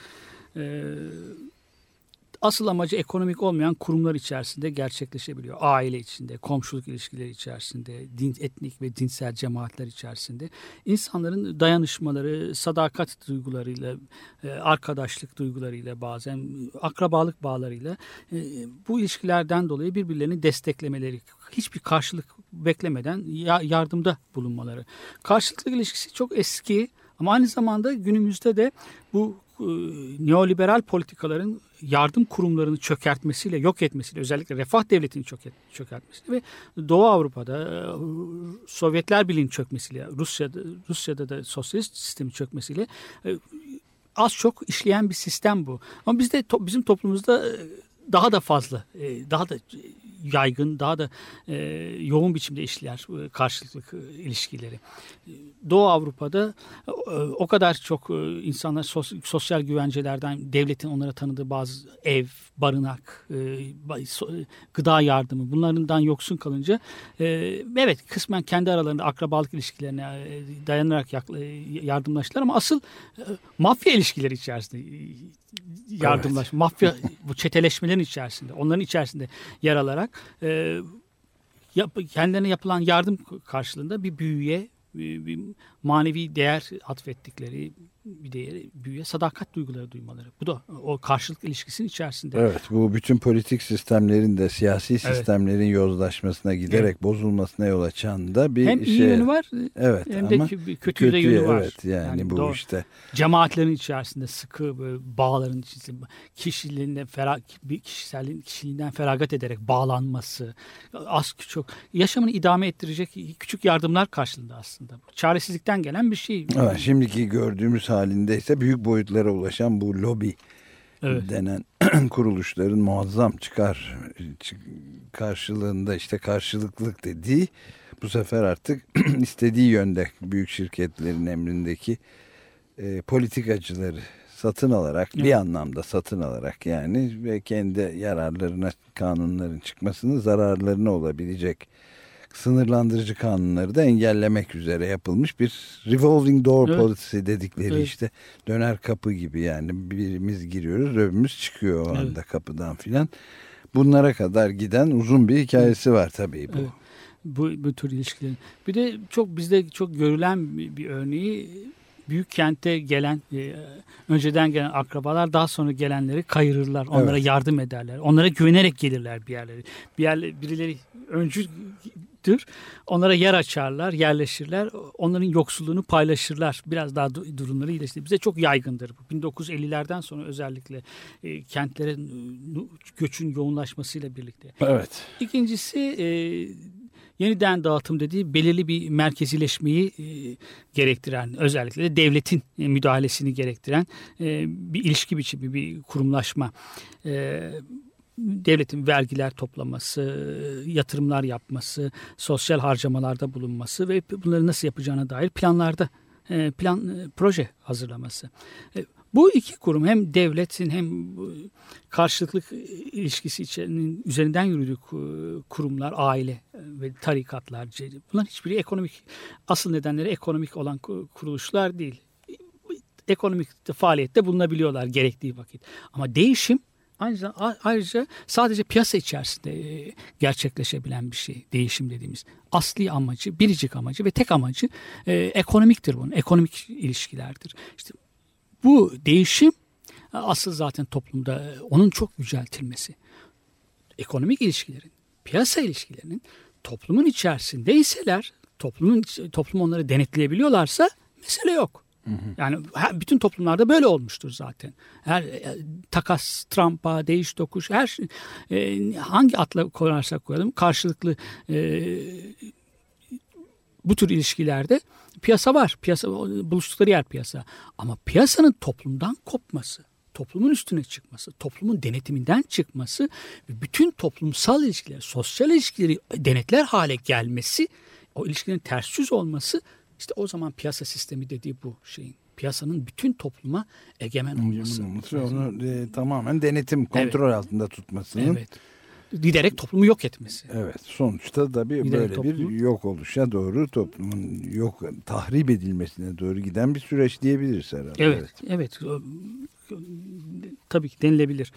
asıl amacı ekonomik olmayan kurumlar içerisinde gerçekleşebiliyor. Aile içinde, komşuluk ilişkileri içerisinde, etnik ve dinsel cemaatler içerisinde insanların dayanışmaları, sadakat duygularıyla, arkadaşlık duygularıyla, bazen akrabalık bağlarıyla bu ilişkilerden dolayı birbirlerini desteklemeleri, hiçbir karşılık beklemeden yardımda bulunmaları. Karşılıklı ilişkisi çok eski ama aynı zamanda günümüzde de bu neoliberal politikaların yardım kurumlarını çökertmesiyle, yok etmesiyle, özellikle refah devletini çökertmesiyle ve Doğu Avrupa'da Sovyetler Birliği'nin çökmesiyle, Rusya'da da sosyalist sistemin çökmesiyle az çok işleyen bir sistem bu. Ama bizde bizim toplumumuzda daha da fazla, daha da yaygın, daha da yoğun biçimde işler karşılıklı ilişkileri. Doğu Avrupa'da o kadar çok insanlar sosyal güvencelerden, devletin onlara tanıdığı bazı ev, barınak, gıda yardımı, bunlardan yoksun kalınca evet, kısmen kendi aralarında akrabalık ilişkilerine dayanarak yardımlaştılar ama asıl mafya ilişkileri içerisinde yardımlaş, evet. Mafya bu çeteleşmelerin içerisinde, onların içerisinde yer alarak kendilerine yapılan yardım karşılığında bir büyüye, bir manevi değer atfettikleri bir değeri, büyüye sadakat duyguları duymaları. Bu da o karşılık ilişkisinin içerisinde. Evet, bu bütün politik sistemlerin de siyasi sistemlerin yozlaşmasına giderek bozulmasına yol açan da bir hem iyi yönü var, evet, hem de kötü de yönü var. Evet, yani bu doğru. İşte cemaatlerin içerisinde sıkı bağların içerisinde kişiliğinden feragat ederek bağlanması, az çok yaşamını idame ettirecek küçük yardımlar karşılığında aslında. Çaresizlikten gelen bir şey. Evet, şimdiki gördüğümüz halindeyse büyük boyutlara ulaşan bu lobi denen kuruluşların muazzam çıkar karşılığında, işte karşılıklılık dediği, bu sefer artık istediği yönde büyük şirketlerin emrindeki politikacıları satın alarak, bir anlamda satın alarak yani, ve kendi yararlarına kanunların çıkmasını, zararlarına olabilecek sınırlandırıcı kanunları da engellemek üzere yapılmış bir revolving door policy dedikleri, işte döner kapı gibi, yani birimiz giriyoruz, öbürümüz çıkıyor o anda kapıdan filan. Bunlara kadar giden uzun bir hikayesi var tabii bu. Evet. Bu tür ilişkilerin. Bir de bizde çok görülen bir örneği, büyük kente gelen, önceden gelen akrabalar daha sonra gelenleri kayırırlar. Onlara yardım ederler. Onlara güvenerek gelirler bir yerlere. Birileri öncüdür. Onlara yer açarlar, yerleşirler. Onların yoksulluğunu paylaşırlar. Biraz daha durumları iyileştirir. Bize çok yaygındır bu. 1950'lerden sonra özellikle kentlere göçün yoğunlaşmasıyla birlikte. Evet. İkincisi yeniden dağıtım dediği belirli bir merkezileşmeyi gerektiren, özellikle de devletin müdahalesini gerektiren bir ilişki biçimi, bir kurumlaşma. Devletin vergiler toplaması, yatırımlar yapması, sosyal harcamalarda bulunması ve bunları nasıl yapacağına dair proje hazırlaması. Bu iki kurum hem devletin hem karşılıklı ilişkisi üzerinden yürüdüğü kurumlar, aile ve tarikatlar, bunların hiçbiri ekonomik, asıl nedenleri ekonomik olan kuruluşlar değil. Ekonomik faaliyette bulunabiliyorlar gerektiği vakit. Ama değişim ayrıca sadece piyasa içerisinde gerçekleşebilen bir şey. Değişim dediğimiz asli amacı, biricik amacı ve tek amacı ekonomiktir bunun. Ekonomik ilişkilerdir. İşte bu değişim asıl zaten toplumda onun çok yüceltilmesi. Ekonomik ilişkilerin, piyasa ilişkilerinin toplumun içerisindeyseler, toplum onları denetleyebiliyorlarsa mesele yok. Yani bütün toplumlarda böyle olmuştur zaten. Her takas, trampa, değiş tokuş, her hangi atla koyarsak koyalım karşılıklı bu tür ilişkilerde piyasa var. Piyasa, buluştukları yer piyasa. Ama piyasanın toplumdan kopması, toplumun üstüne çıkması, toplumun denetiminden çıkması ve bütün toplumsal ilişkiler, sosyal ilişkileri denetler hale gelmesi, o ilişkilerin ters yüz olması, işte o zaman piyasa sistemi dediği bu şeyin. Piyasanın bütün topluma egemen olması. Onu tamamen denetim, kontrol altında tutmasının. Evet. Giderek toplumu yok etmesi. Evet. Sonuçta tabii Giderek böyle bir yok oluşa doğru, toplumun tahrip edilmesine doğru giden bir süreç diyebiliriz herhalde. Evet. Tabii ki denilebilir.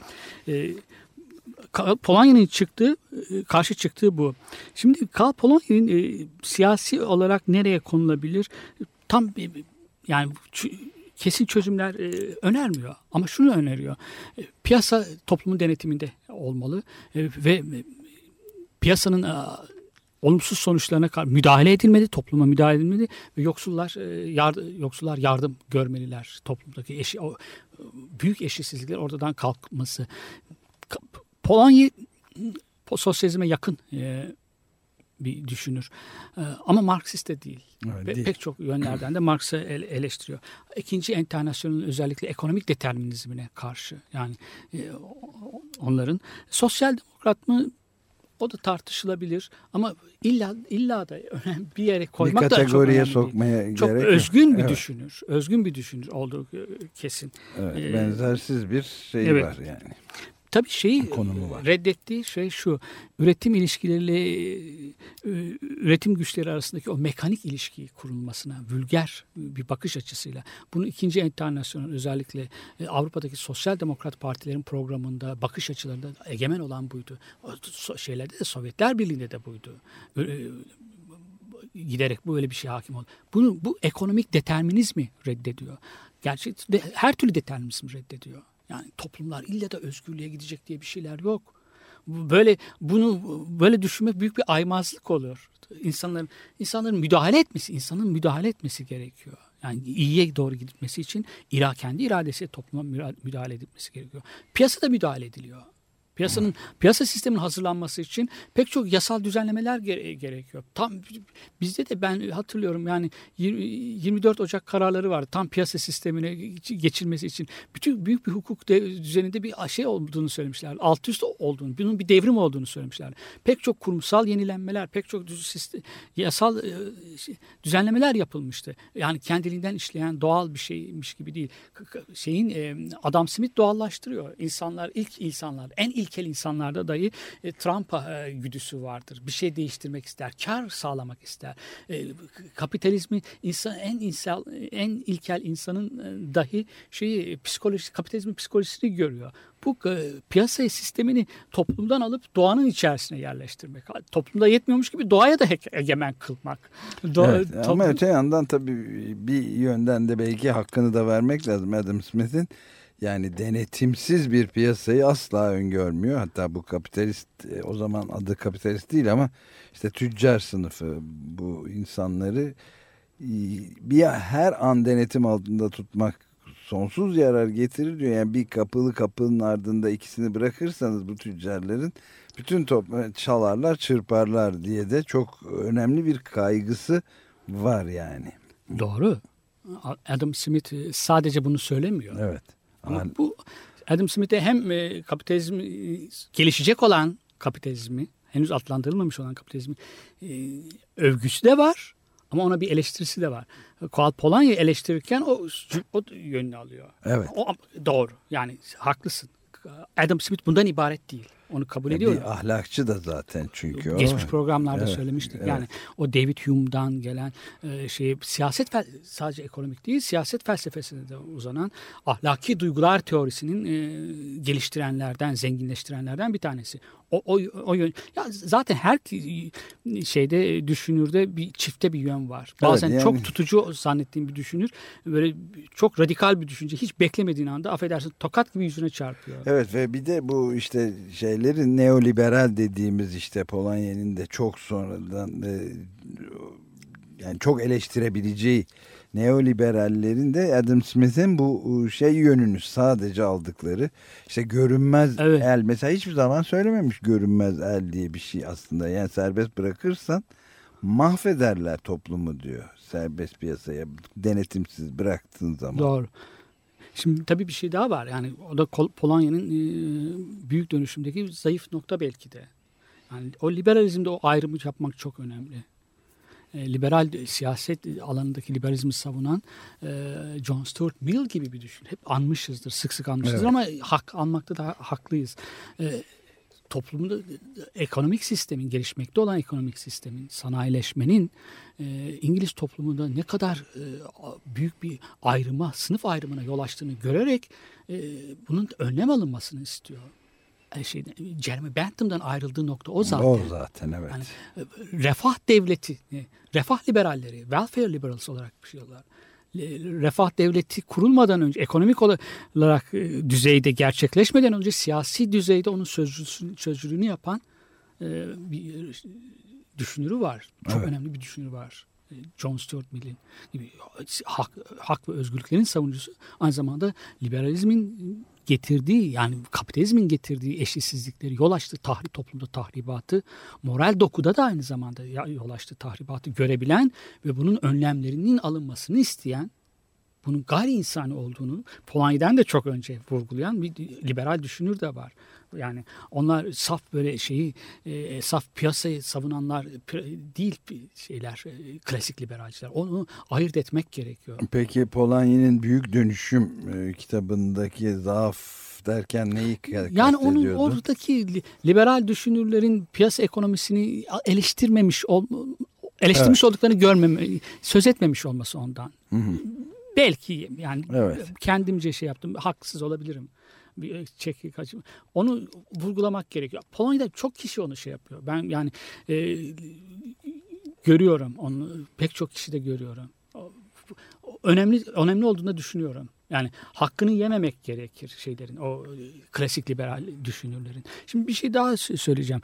Polonya'nın karşı çıktığı bu. Şimdi Polonya'nın siyasi olarak nereye konulabilir? Tam yani kesin çözümler önermiyor. Ama şunu öneriyor. Piyasa toplumun denetiminde olmalı ve piyasanın olumsuz sonuçlarına müdahale edilmeli, topluma müdahale edilmeli ve yoksullar yardım görmeliler. Toplumdaki büyük eşitsizlikler ortadan kalkması. Polonya sosyalizme yakın bir düşünür. Ama Marksist de değil. Değil. Pek çok yönlerden de Marx'ı eleştiriyor. İkinci Enternasyonel'in özellikle ekonomik determinizmine karşı. Yani onların sosyal demokrat mı? O da tartışılabilir ama illa da bir yere koymak da çok önemli. Bir kategoriye sokmaya gerek çok özgün bir düşünür. Özgün bir düşünür olduğu kesin. Evet, benzersiz bir şey var yani. Tabii reddettiği şey şu: üretim ilişkileriyle üretim güçleri arasındaki o mekanik ilişkiyi kurulmasına, vulgar bir bakış açısıyla. Bunu ikinci Enternasyonel, özellikle Avrupa'daki sosyal demokrat partilerin programında, bakış açılarında egemen olan buydu. Şeylerde de, Sovyetler Birliği'nde de buydu. Giderek böyle bir şey hakim oldu. Bu ekonomik determinizmi reddediyor. Gerçi her türlü determinizmi reddediyor. Yani toplumlar illa da özgürlüğe gidecek diye bir şeyler yok. Böyle düşünmek büyük bir aymazlık olur. İnsanların müdahale etmesi gerekiyor. Yani iyiye doğru gitmesi için kendi iradesiyle topluma müdahale edilmesi gerekiyor. Piyasada müdahale ediliyor. Piyasa sisteminin hazırlanması için pek çok yasal düzenlemeler gerekiyor. Tam bizde de ben hatırlıyorum, yani 24 Ocak kararları vardı. Tam piyasa sistemine geçilmesi için bütün büyük bir hukuk düzeninde bir şey olduğunu söylemişler. Alt üst olduğunu, bunun bir devrim olduğunu söylemişler. Pek çok kurumsal yenilenmeler, pek çok yasal düzenlemeler yapılmıştı. Yani kendiliğinden işleyen doğal bir şeymiş gibi değil. Adam Smith doğallaştırıyor. En ilkel insanlarda dahi Trump'a güdüsü vardır. Bir şey değiştirmek ister, kar sağlamak ister. Kapitalizmi en ilkel insanın dahi kapitalizmin psikolojisini görüyor. Bu piyasa sistemini toplumdan alıp doğanın içerisine yerleştirmek. Toplumda yetmiyormuş gibi doğaya da egemen kılmak. Ama öte yandan tabii bir yönden de belki hakkını da vermek lazım Adam Smith'in. Yani denetimsiz bir piyasayı asla öngörmüyor. Hatta bu kapitalist, o zaman adı kapitalist değil ama işte tüccar sınıfı, bu insanları her an denetim altında tutmak sonsuz yarar getirir diyor. Yani bir kapının ardında ikisini bırakırsanız bu tüccarların bütün çalarlar, çırparlar diye de çok önemli bir kaygısı var yani. Doğru. Adam Smith sadece bunu söylemiyor. Evet. Ama bu Adam Smith'e hem kapitalizm, gelişecek olan kapitalizmi, henüz adlandırılmamış olan kapitalizmi övgüsü de var. Ama ona bir eleştirisi de var. Polonya'yı eleştirirken o yönünü alıyor. Evet. O doğru. Yani haklısın. Adam Smith bundan ibaret değil. Onu kabul ediyorum. Bir ahlakçı da zaten çünkü. Geçmiş programlarda evet, söylemiştik. Evet. Yani o David Hume'dan gelen siyaset sadece ekonomik değil, siyaset felsefesine de uzanan ahlaki duygular teorisinin geliştirenlerden, zenginleştirenlerden bir tanesi. O yön. Ya zaten her şeyde düşünürde bir çifte bir yön var. Bazen yani çok tutucu zannettiğim bir düşünür böyle çok radikal bir düşünce hiç beklemediğin anda affedersin tokat gibi yüzüne çarpıyor. Evet ve bir de bu işte şeylerin neoliberal dediğimiz işte Polonya'nın da çok sonradan yani çok eleştirebileceği neoliberallerin de Adam Smith'in bu yönünü sadece aldıkları işte görünmez el mesela hiçbir zaman söylememiş görünmez el diye bir şey aslında yani serbest bırakırsan mahvederler toplumu diyor serbest piyasaya denetimsiz bıraktığın zaman. Doğru. Şimdi tabii bir şey daha var yani o da Polonya'nın büyük dönüşümdeki zayıf nokta belki de. Yani o liberalizmde o ayrımı yapmak çok önemli. Liberal siyaset alanındaki liberalizmi savunan John Stuart Mill gibi bir düşün. Hep anmışızdır, sık sık anmışızdır ama anmakta da haklıyız. Toplumda ekonomik sistemin, gelişmekte olan ekonomik sistemin, sanayileşmenin İngiliz toplumunda ne kadar büyük bir ayrıma, sınıf ayrımına yol açtığını görerek bunun önlem alınmasını istiyor. Jeremy Bentham'dan ayrıldığı nokta o zaten. O zaten evet. Yani, refah devleti, refah liberalleri, welfare liberals olarak bir şey var. Refah devleti kurulmadan önce ekonomik olarak düzeyde gerçekleşmeden önce siyasi düzeyde onun sözcülüğünü yapan bir düşünürü var. Çok önemli bir düşünürü var. John Stuart Mill'in gibi hak ve özgürlüklerin savunucusu aynı zamanda liberalizmin getirdiği yani kapitalizmin getirdiği eşitsizlikleri yol açtığı toplumda tahribatı moral dokuda da aynı zamanda yol açtığı tahribatı görebilen ve bunun önlemlerinin alınmasını isteyen bunun gayri insani olduğunu Polonya'dan da çok önce vurgulayan bir liberal düşünür de var. Yani onlar saf böyle saf piyasayı savunanlar değil şeyler klasik liberalciler. Onu ayırt etmek gerekiyor. Peki Polonya'nın büyük dönüşüm kitabındaki zaaf derken neyi kastediyordu? Yani onun oradaki liberal düşünürlerin piyasa ekonomisini eleştirmiş olduklarını söz etmemiş olması ondan. Hı. Belki yani kendimce yaptım. Haksız olabilirim. Onu vurgulamak gerekiyor. Polonya'da çok kişi onu yapıyor. Ben yani görüyorum onu. Pek çok kişi de görüyorum. Önemli olduğunu düşünüyorum. Yani hakkını yememek gerekir şeylerin. O klasik liberal düşünürlerin. Şimdi bir şey daha söyleyeceğim.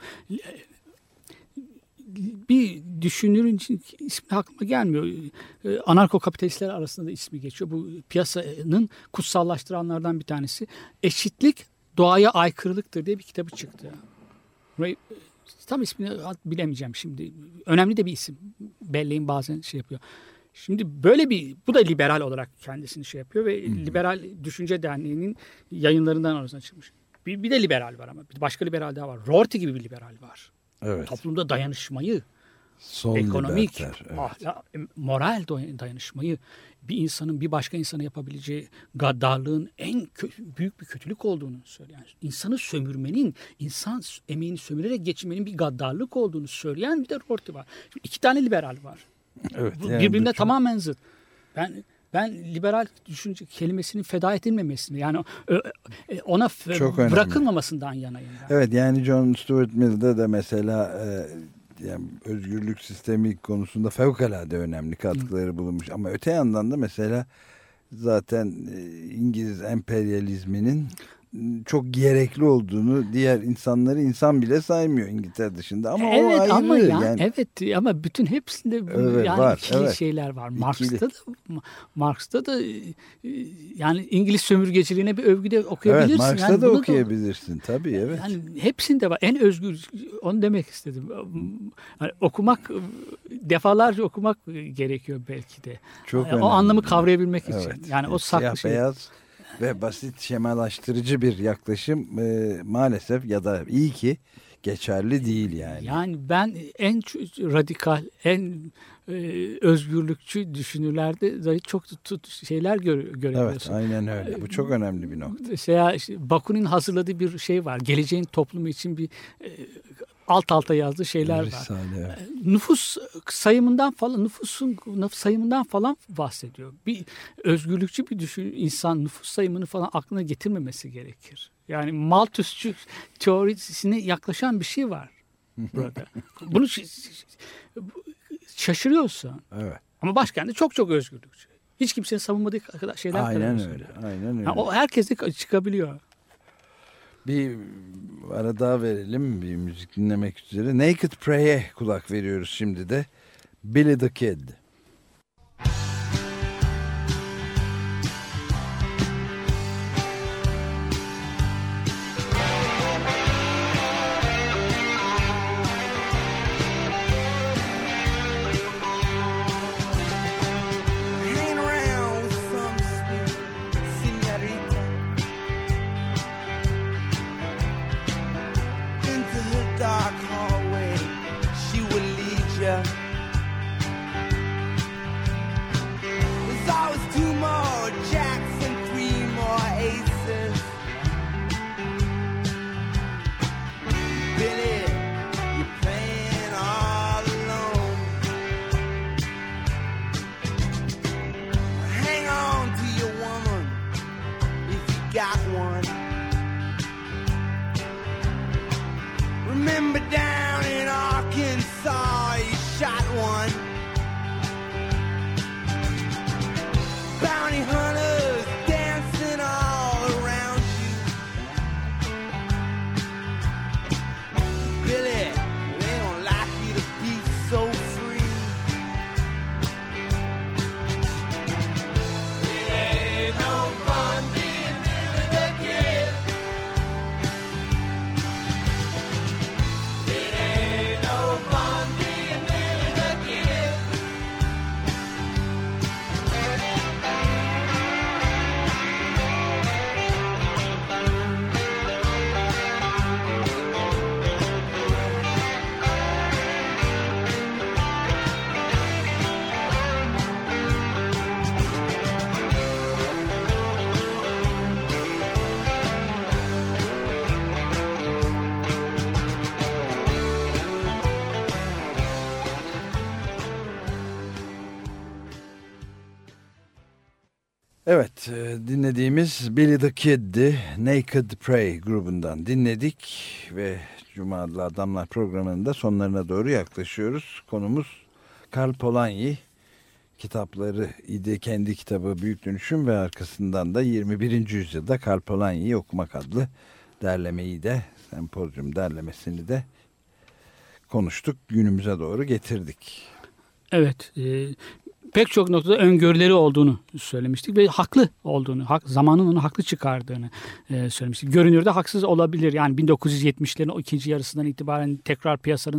Bir düşünürün ismi aklıma gelmiyor. Anarko-kapitalistler arasında da ismi geçiyor. Bu piyasanın kutsallaştıranlardan bir tanesi. Eşitlik doğaya aykırılıktır diye bir kitabı çıktı. Tam ismini bilemeyeceğim şimdi. Önemli de bir isim. Belleğin bazen yapıyor. Şimdi bu da liberal olarak kendisini yapıyor ve Liberal Düşünce Derneği'nin yayınlarından arasına çıkmış. Bir de liberal var ama. Bir başka liberal daha var. Rorty gibi bir liberal var. Evet. Toplumda dayanışmayı, ekonomik, moral dayanışmayı bir insanın bir başka insana yapabileceği gaddarlığın en büyük bir kötülük olduğunu söyleyen, insanı sömürmenin, insan emeğini sömürerek geçirmenin bir gaddarlık olduğunu söyleyen bir de Rorty var. Şimdi 2 tane liberal var. Evet, birbirine tamamen zıt. Ben liberal düşünce kelimesinin feda edilmemesini yani ona bırakılmamasından yanayım. Evet yani John Stuart Mill'de de mesela yani özgürlük sistemi konusunda fevkalade önemli katkıları bulunmuş. Ama öte yandan da mesela zaten İngiliz emperyalizminin çok gerekli olduğunu, diğer insanları insan bile saymıyor İngiltere dışında. Ama evet, o ayrı. Ama yani. Evet, ama bütün hepsinde evet, yani var, ikili şeyler var. Marx'ta da yani İngiliz sömürgeciliğine bir övgü de okuyabilirsin. Evet, Marx'ta yani da okuyabilirsin tabii, evet. Yani hepsinde var. En özgür, onu demek istedim. Yani defalarca okumak gerekiyor belki de. Çok o anlamı kavrayabilmek için. Evet. Yani o saklı siyah beyaz ve basit şemalaştırıcı bir yaklaşım maalesef ya da iyi ki geçerli değil yani. Yani ben en radikal, en özgürlükçü düşünürlerde de çok şeyler görebiliyorsun. Evet, aynen öyle. Bu çok önemli bir nokta. İşte Bakunin hazırladığı bir şey var. Geleceğin toplumu için bir alt alta yazdığı şeyler var. Evet. Nüfus sayımından falan bahsediyor. Bir özgürlükçü bir insan nüfus sayımını falan aklına getirmemesi gerekir. Yani Malthusçu teorisine yaklaşan bir şey var burada. Bunu şaşırıyorsun. Evet. Ama başkenti çok özgürlükçü. Hiç kimsenin savunmadığı şeyler. Aynen öyle. Aynen öyle. Yani o herkes de çıkabiliyor. Bir ara daha verelim, bir müzik dinlemek üzere. Naked Pray'e kulak veriyoruz şimdi de. Billy the Kid. Evet, dinlediğimiz Billy the Kid'di. Naked Prey grubundan dinledik ve Cuma Adlı Adamlar programının da sonlarına doğru yaklaşıyoruz. Konumuz Karl Polanyi. Kitapları idi, kendi kitabı Büyük Dönüşüm ve arkasından da 21. yüzyılda Karl Polanyi'yi okumak adlı derlemeyi de, sempozyum derlemesini de konuştuk. Günümüze doğru getirdik. Evet, pek çok noktada öngörüleri olduğunu söylemiştik ve haklı olduğunu, zamanın onu haklı çıkardığını söylemiştik. Görünürde haksız olabilir. Yani 1970'lerin o ikinci yarısından itibaren tekrar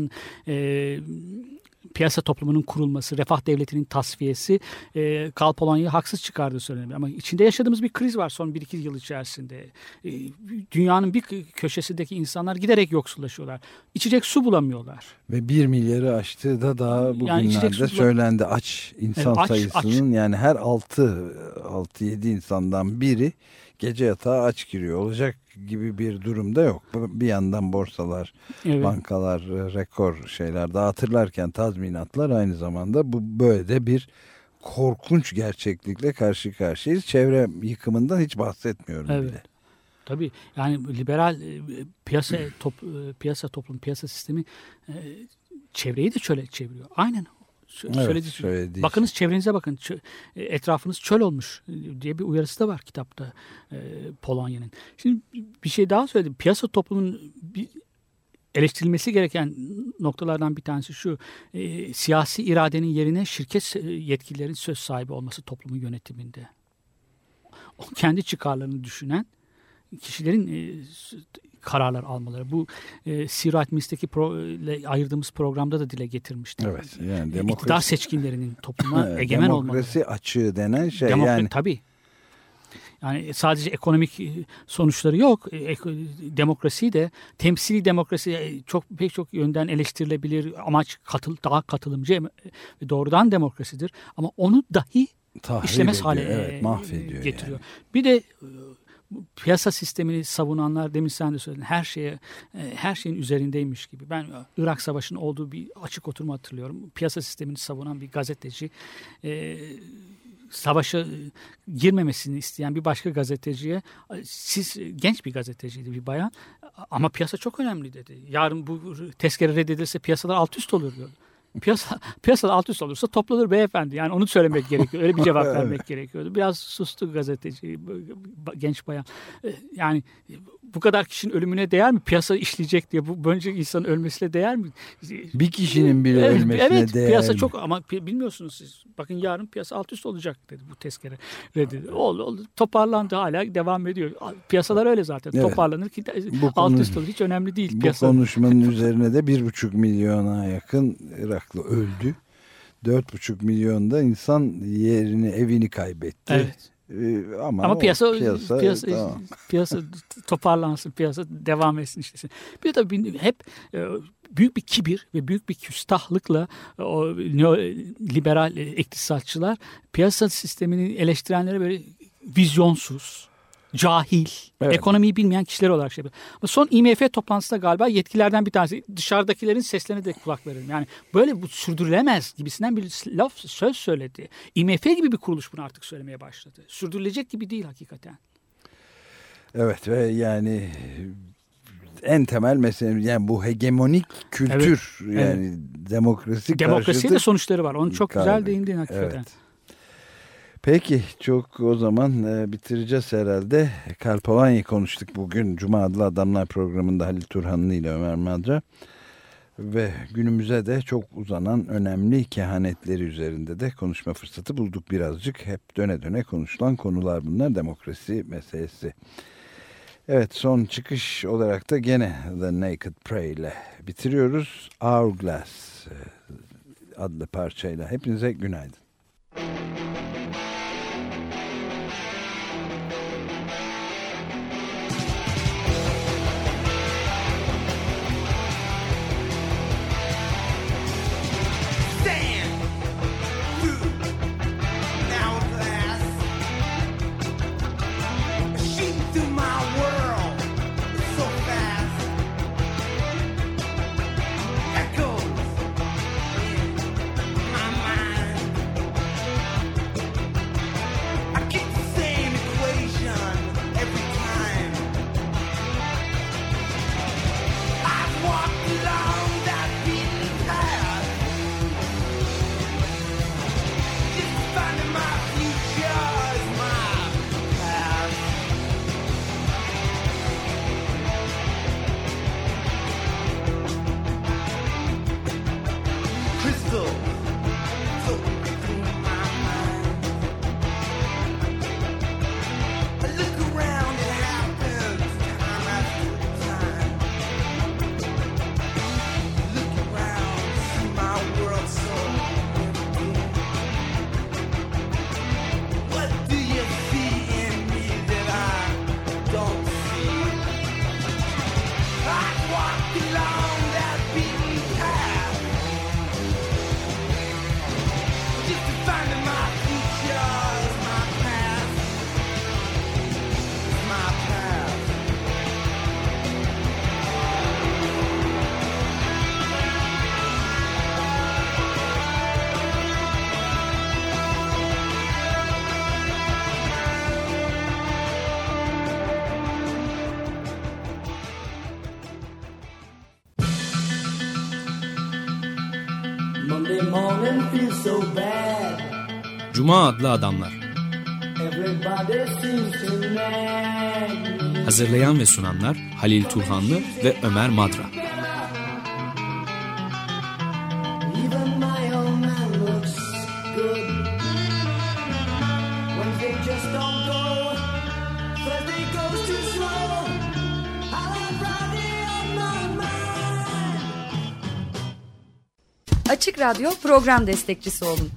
piyasa toplumunun kurulması, refah devletinin tasfiyesi Karl Polanyi'yi haksız çıkardığı söyleniyor. Ama içinde yaşadığımız bir kriz var son 1-2 yıl içerisinde. Dünyanın bir köşesindeki insanlar giderek yoksullaşıyorlar. İçecek su bulamıyorlar. Ve 1 milyarı aştığı da daha bugünlerde söylendi. Aç insan sayısının yani her 6-7 insandan biri gece yatağa aç giriyor. Olacak gibi bir durumda yok. Bir yandan borsalar, bankalar rekor şeyler dağıtırlarken tazminatlar, aynı zamanda bu böyle de bir korkunç gerçeklikle karşı karşıyayız. Çevre yıkımından hiç bahsetmiyorum bile. Tabii yani liberal piyasa sistemi çevreyi de şöyle çeviriyor. Aynen söylediği. Bakınız çevrenize bakın. Etrafınız çöl olmuş diye bir uyarısı da var kitapta Polanyi'nin. Şimdi bir şey daha söyledim. Piyasa toplumunun eleştirilmesi gereken noktalardan bir tanesi şu. Siyasi iradenin yerine şirket yetkililerin söz sahibi olması toplumun yönetiminde. O kendi çıkarlarını düşünen kişilerin kararlar almaları. Bu Sirat Mis'teki ayırdığımız programda da dile getirmiştim. Evet. Yani İktidar seçkinlerinin topluma egemen olmaları. Demokrasi açığı denen şey. Tabii. Yani sadece ekonomik sonuçları yok. Demokrasi de temsili demokrasi pek çok yönden eleştirilebilir. Amaç daha katılımcı ve doğrudan demokrasidir. Ama onu dahi işlemez hale mahvediyor getiriyor. Yani. Bir de piyasa sistemini savunanlar, demin sen de söyledin, her şeyin üzerindeymiş gibi. Ben Irak Savaşı'nın olduğu bir açık oturumu hatırlıyorum. Piyasa sistemini savunan bir gazeteci savaşa girmemesini isteyen bir başka gazeteciye, siz genç bir gazeteciydi, bir bayan, ama piyasa çok önemli dedi. Yarın bu tezkere reddedilirse piyasalar alt üst olur diyordu. Piyasada alt üst olursa toplanır beyefendi. Yani onu söylemek gerekiyor. Öyle bir cevap vermek gerekiyordu. Biraz sustu gazeteci, genç bayan. Yani bu kadar kişinin ölümüne değer mi? Piyasa işleyecek diye bu böylece insanın ölmesine değer mi? Bir kişinin bile ölmesine değer piyasa mi? Çok ama bilmiyorsunuz siz. Bakın yarın piyasa alt üst olacak dedi bu tezkere reddedildi. Oldu. Toparlandı, hala devam ediyor. Piyasalar öyle zaten. Evet. Toparlanır ki alt üst olur. Hiç önemli değil. Bu konuşmanın üzerine de 1,5 milyona yakın Iraklı öldü. 4,5 milyonda insan evini kaybetti. Evet. Ama piyasa tamam. Piyasa toparlansın, piyasa devam etsin işte. Bir de hep büyük bir kibir ve büyük bir küstahlıkla o neoliberal iktisatçılar piyasa sistemini eleştirenlere böyle vizyonsuz, cahil, ekonomiyi bilmeyen kişiler olarak şey yapıyor. Ama son IMF toplantısında galiba yetkilerden bir tanesi dışarıdakilerin seslerine de kulak verelim. Yani böyle bu sürdürülemez gibisinden bir söz söyledi. IMF gibi bir kuruluş bunu artık söylemeye başladı. Sürdürülecek gibi değil hakikaten. Evet ve yani en temel mesele yani bu hegemonik kültür yani demokrasiye de sonuçları var. Onu çok güzel değindin hakikaten. Evet. Peki o zaman bitireceğiz herhalde. Karl Polanyi konuştuk bugün. Cuma Adlı Adamlar programında Halil Turhanlı ile Ömer Madra. Ve günümüze de çok uzanan önemli kehanetleri üzerinde de konuşma fırsatı bulduk birazcık. Hep döne döne konuşulan konular bunlar. Demokrasi meselesi. Evet, son çıkış olarak da gene The Naked Prey ile bitiriyoruz. Hourglass adlı parçayla. Hepinize günaydın. Monday morning feels so bad. Cuma adlı adamlar. Everybody seems to nag me. Hazırlayan ve sunanlar Halil Turhanlı ve Ömer Madra. Even my old man looks good. Wednesday just don't go. Thursday goes too slow. I'll have Friday on my mind. Açık Radyo program destekçisi olun.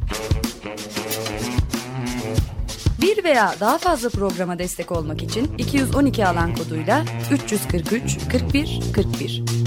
Bir veya daha fazla programa destek olmak için 212 alan koduyla 343 41 41